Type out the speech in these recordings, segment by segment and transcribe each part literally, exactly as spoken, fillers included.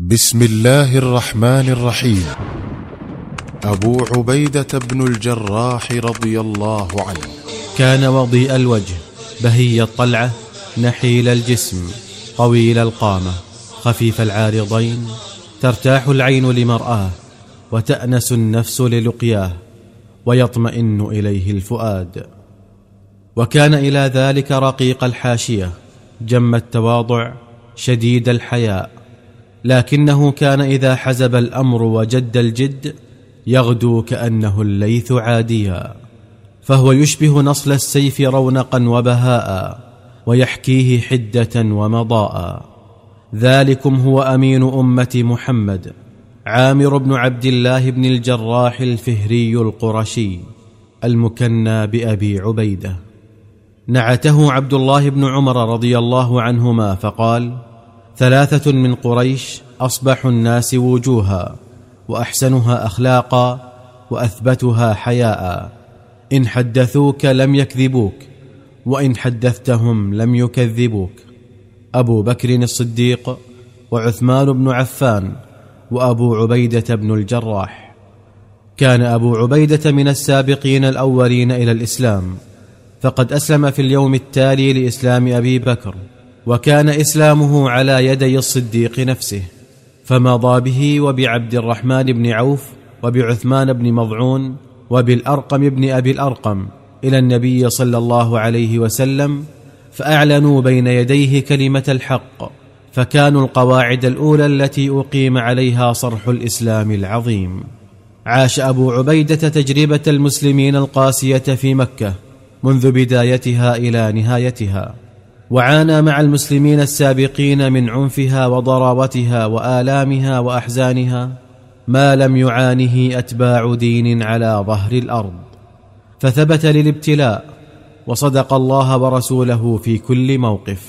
بسم الله الرحمن الرحيم. أبو عبيدة بن الجراح رضي الله عنه كان وضيء الوجه بهي الطلعة نحيل الجسم طويل القامة خفيف العارضين، ترتاح العين لمرآه وتأنس النفس للقياه ويطمئن إليه الفؤاد. وكان إلى ذلك رقيق الحاشية جم التواضع شديد الحياء، لكنه كان إذا حزب الأمر وجد الجد يغدو كأنه الليث عاديا، فهو يشبه نصل السيف رونقا وبهاء ويحكيه حدة ومضاء. ذلكم هو أمين أمة محمد عامر بن عبد الله بن الجراح الفهري القرشي المكنى بأبي عبيدة. نعته عبد الله بن عمر رضي الله عنهما فقال: ثلاثة من قريش أصبح الناس وجوها وأحسنها أخلاقا وأثبتها حياء، إن حدثوك لم يكذبوك وإن حدثتهم لم يكذبوك: أبو بكر الصديق وعثمان بن عفان وأبو عبيدة بن الجراح. كان أبو عبيدة من السابقين الأولين إلى الإسلام، فقد أسلم في اليوم التالي لإسلام أبي بكر، وكان إسلامه على يدي الصديق نفسه، فمضى به وبعبد الرحمن بن عوف وبعثمان بن مضعون وبالأرقم بن أبي الأرقم إلى النبي صلى الله عليه وسلم، فأعلنوا بين يديه كلمة الحق، فكانوا القواعد الأولى التي أقيم عليها صرح الإسلام العظيم. عاش أبو عبيدة تجربة المسلمين القاسية في مكة منذ بدايتها إلى نهايتها، وعانى مع المسلمين السابقين من عنفها وضراوتها وآلامها وأحزانها ما لم يعانه أتباع دين على ظهر الأرض، فثبت للابتلاء وصدق الله ورسوله في كل موقف.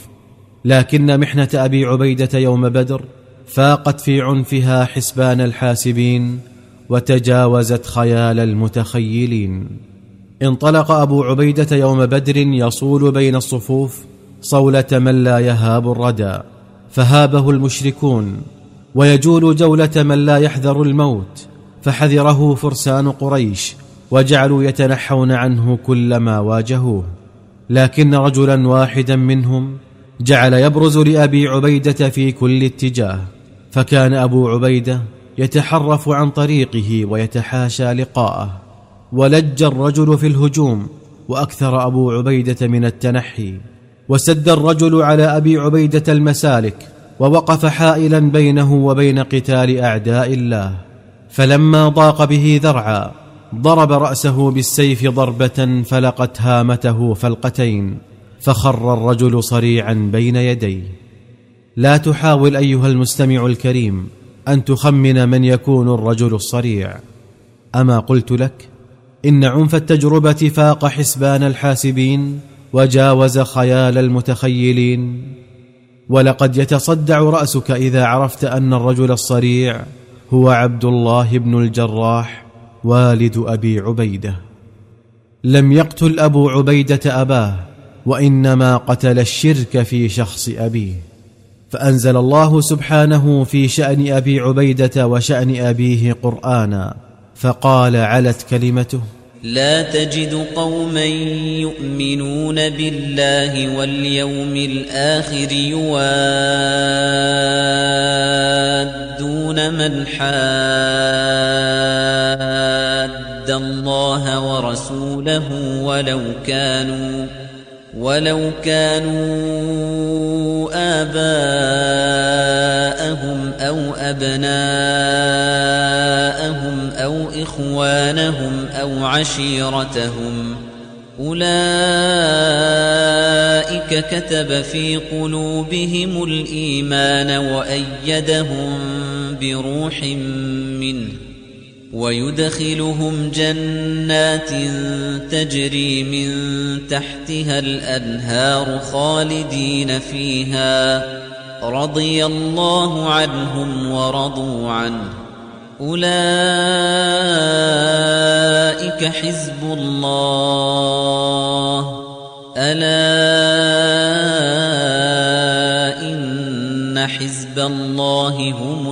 لكن محنة أبي عبيدة يوم بدر فاقت في عنفها حسبان الحاسبين وتجاوزت خيال المتخيلين. انطلق أبو عبيدة يوم بدر يصول بين الصفوف صولة من لا يهاب الردى، فهابه المشركون، ويجول جولة من لا يحذر الموت، فحذره فرسان قريش وجعلوا يتنحون عنه كلما واجهوه. لكن رجلا واحدا منهم جعل يبرز لأبي عبيدة في كل اتجاه، فكان أبو عبيدة يتحرف عن طريقه ويتحاشى لقاءه، ولج الرجل في الهجوم وأكثر أبو عبيدة من التنحي، وسد الرجل على أبي عبيدة المسالك ووقف حائلا بينه وبين قتال أعداء الله، فلما ضاق به ذرعا ضرب رأسه بالسيف ضربة فلقت هامته فلقتين، فخر الرجل صريعا بين يديه. لا تحاول أيها المستمع الكريم أن تخمن من يكون الرجل الصريع. أما قلت لك إن عنف التجربة فاق حسبان الحاسبين وجاوز خيال المتخيلين، ولقد يتصدع رأسك إذا عرفت أن الرجل الصريع هو عبد الله بن الجراح والد أبي عبيدة. لم يقتل أبو عبيدة أباه، وإنما قتل الشرك في شخص أبيه، فأنزل الله سبحانه في شأن أبي عبيدة وشأن أبيه قرآنا، فقال علت كلمته: لا تجد قوما يؤمنون بالله واليوم الآخر يوادون من حاد الله ورسوله ولو كانوا ولو كانوا آباءهم أو أبناءهم أو إخوانهم أو عشيرتهم، أولئك كتب في قلوبهم الإيمان وأيدهم بروح منه، ويدخلهم جنات تجري من تحتها الأنهار خالدين فيها، رضي الله عنهم ورضوا عنه، أولئك حزب الله، ألا إن حزب حزب الله هم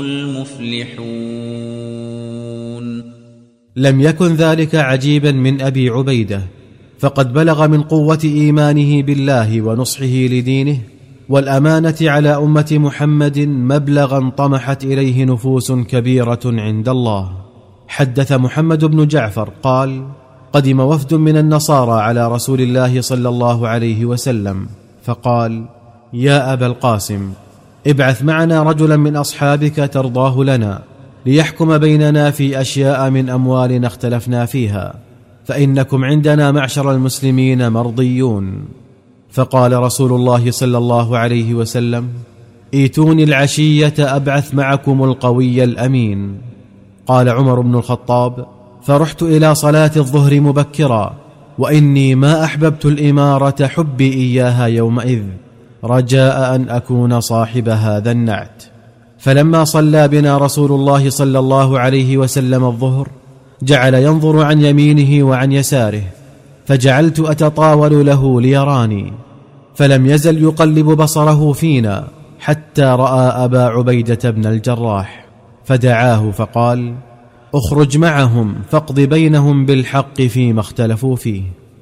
المفلحون. لم يكن ذلك عجيبا من أبي عبيدة، فقد بلغ من قوة إيمانه بالله ونصحه لدينه والأمانة على أمة محمد مبلغا طمحت إليه نفوس كبيرة عند الله. حدث محمد بن جعفر قال: قدم وفد من النصارى على رسول الله صلى الله عليه وسلم، فقال: يا أبا القاسم، ابعث معنا رجلا من أصحابك ترضاه لنا ليحكم بيننا في أشياء من أموالنا اختلفنا فيها، فإنكم عندنا معشر المسلمين مرضيون. فقال رسول الله صلى الله عليه وسلم: ائتوني العشية أبعث معكم القوي الأمين. قال عمر بن الخطاب: فرحت إلى صلاة الظهر مبكرا، وإني ما أحببت الإمارة حبي إياها يومئذ، رجاء أن أكون صاحب هذا النعت. فلما صلى بنا رسول الله صلى الله عليه وسلم الظهر جعل ينظر عن يمينه وعن يساره، فجعلت أتطاول له ليراني، فلم يزل يقلب بصره فينا حتى رأى أبا عبيدة بن الجراح، فدعاه فقال: اخرج معهم فاقض بينهم بالحق فيما اختلفوا فيه.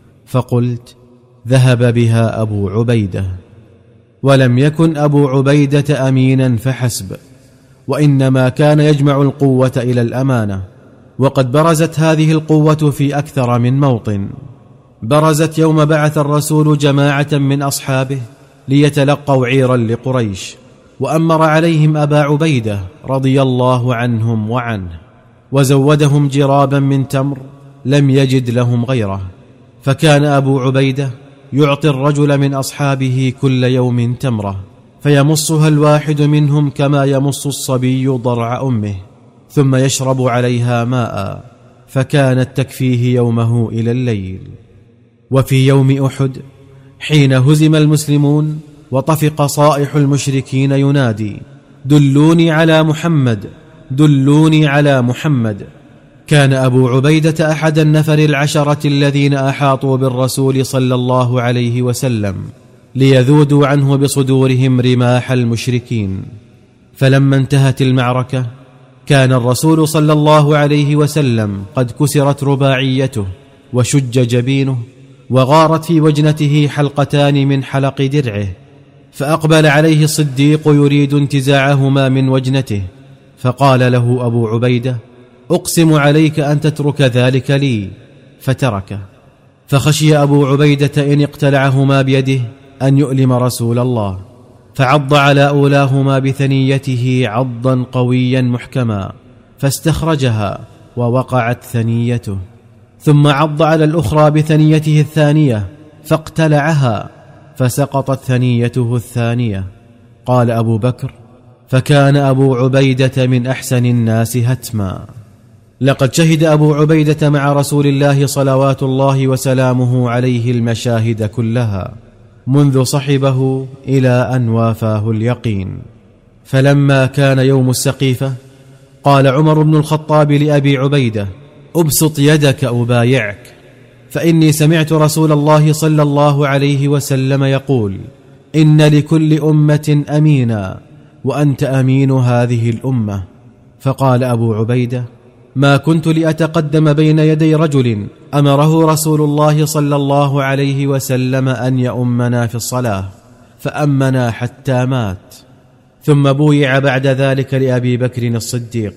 فقلت: ذهب بها أبو عبيدة. ولم يكن أبو عبيدة أمينا فحسب، وإنما كان يجمع القوة إلى الأمانة، وقد برزت هذه القوة في أكثر من موطن. برزت يوم بعث الرسول جماعة من أصحابه ليتلقوا عيرا لقريش، وأمر عليهم أبا عبيدة رضي الله عنهم وعنه، وزودهم جرابا من تمر لم يجد لهم غيره. فكان أبو عبيدة يعطي الرجل من أصحابه كل يوم تمرة، فيمصها الواحد منهم كما يمص الصبي ضرع أمه، ثم يشرب عليها ماء، فكانت تكفيه يومه إلى الليل. وفي يوم أحد حين هزم المسلمون وطفق صائح المشركين ينادي: دلوني على محمد، دلوني على محمد. كان أبو عبيدة أحد النفر العشرة الذين أحاطوا بالرسول صلى الله عليه وسلم ليذودوا عنه بصدورهم رماح المشركين. فلما انتهت المعركة كان الرسول صلى الله عليه وسلم قد كسرت رباعيته وشج جبينه، وغارت في وجنته حلقتان من حلق درعه، فأقبل عليه الصديق يريد انتزاعهما من وجنته، فقال له أبو عبيدة: أقسم عليك أن تترك ذلك لي، فتركه. فخشي أبو عبيدة إن اقتلعهما بيده أن يؤلم رسول الله، فعض على أولاهما بثنيته عضا قويا محكما، فاستخرجها ووقعت ثنيته، ثم عض على الأخرى بثنيته الثانية فاقتلعها، فسقطت ثنيته الثانية. قال أبو بكر: فكان أبو عبيدة من أحسن الناس هتما. لقد شهد أبو عبيدة مع رسول الله صلوات الله وسلامه عليه المشاهد كلها منذ صحبه إلى أن وافاه اليقين. فلما كان يوم السقيفة قال عمر بن الخطاب لأبي عبيدة: أبسط يدك أبايعك، فإني سمعت رسول الله صلى الله عليه وسلم يقول: إن لكل أمة أمينا، وأنت أمين هذه الأمة. فقال أبو عبيدة: ما كنت لأتقدم بين يدي رجل أمره رسول الله صلى الله عليه وسلم أن يؤمنا في الصلاة، فأمنا حتى مات. ثم بويع بعد ذلك لأبي بكر الصديق،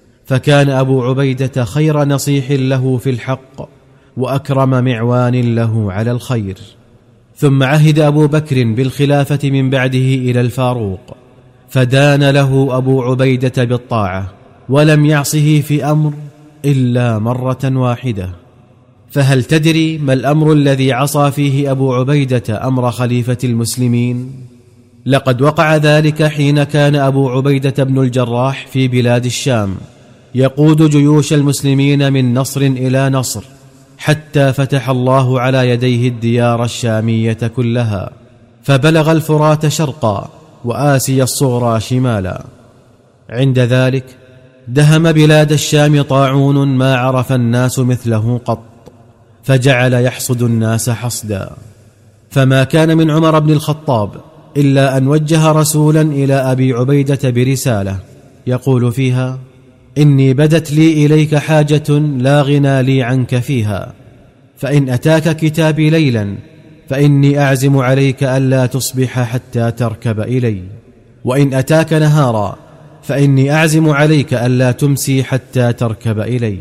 فكان أبو عبيدة خير نصيح له في الحق وأكرم معوان له على الخير. ثم عهد أبو بكر بالخلافة من بعده إلى الفاروق، فدان له أبو عبيدة بالطاعة ولم يعصه في أمر إلا مرة واحدة. فهل تدري ما الأمر الذي عصى فيه أبو عبيدة أمر خليفة المسلمين؟ لقد وقع ذلك حين كان أبو عبيدة بن الجراح في بلاد الشام يقود جيوش المسلمين من نصر إلى نصر، حتى فتح الله على يديه الديار الشامية كلها، فبلغ الفرات شرقا وآسيا الصغرى شمالا. عند ذلك دهم بلاد الشام طاعون ما عرف الناس مثله قط، فجعل يحصد الناس حصدا. فما كان من عمر بن الخطاب إلا أن وجه رسولا إلى أبي عبيدة برسالة يقول فيها: إني بدت لي إليك حاجة لا غنى لي عنك فيها، فإن أتاك كتابي ليلا فإني أعزم عليك ألا تصبح حتى تركب إلي، وإن أتاك نهارا فإني أعزم عليك ألا تمسي حتى تركب إلي.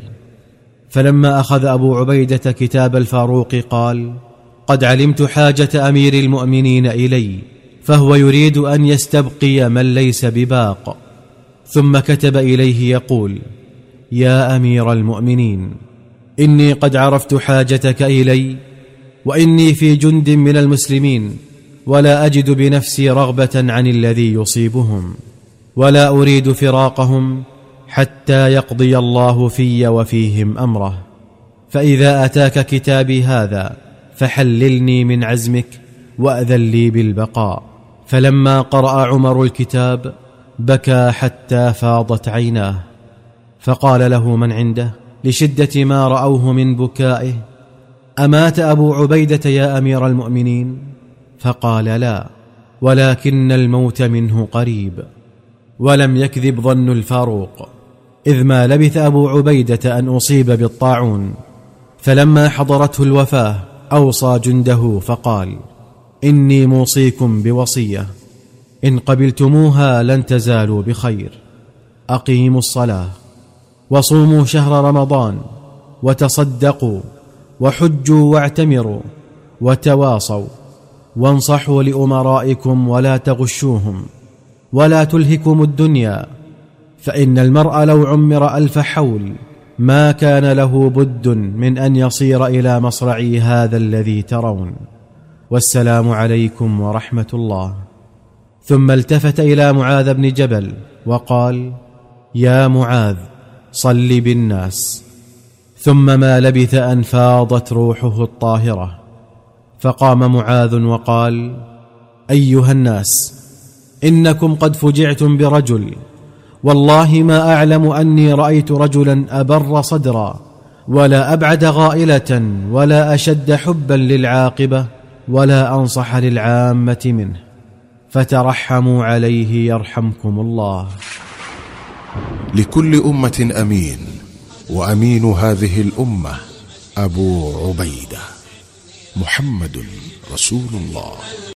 فلما أخذ أبو عبيدة كتاب الفاروق قال: قد علمت حاجة أمير المؤمنين إلي، فهو يريد أن يستبقي من ليس بباق. ثم كتب إليه يقول: يا أمير المؤمنين، إني قد عرفت حاجتك إلي، وإني في جند من المسلمين، ولا أجد بنفسي رغبة عن الذي يصيبهم، ولا أريد فراقهم حتى يقضي الله في وفيهم أمره. فإذا أتاك كتابي هذا فحللني من عزمك وأذن لي بالبقاء. فلما قرأ عمر الكتاب بكى حتى فاضت عيناه، فقال له من عنده لشدة ما رأوه من بكائه: أمات أبو عبيدة يا أمير المؤمنين؟ فقال: لا، ولكن الموت منه قريب. ولم يكذب ظن الفاروق، إذ ما لبث أبو عبيدة أن أصيب بالطاعون، فلما حضرته الوفاة أوصى جنده فقال: إني موصيكم بوصية، إن قبلتموها لن تزالوا بخير. أقيموا الصلاة، وصوموا شهر رمضان، وتصدقوا، وحجوا واعتمروا، وتواصوا، وانصحوا لأمرائكم ولا تغشوهم، ولا تلهكم الدنيا، فإن المرء لو عمر ألف حول ما كان له بد من أن يصير إلى مصرعي هذا الذي ترون. والسلام عليكم ورحمة الله. ثم التفت إلى معاذ بن جبل وقال: يا معاذ، صل بالناس. ثم ما لبث أن فاضت روحه الطاهرة، فقام معاذ وقال: أيها الناس، إنكم قد فجعتم برجل، والله ما أعلم أني رأيت رجلا أبر صدرا، ولا أبعد غائلة، ولا أشد حبا للعاقبة، ولا أنصح للعامة منه، فترحموا عليه يرحمكم الله. لكل أمة أمين، وأمين هذه الأمة أبو عبيدة. محمد رسول الله.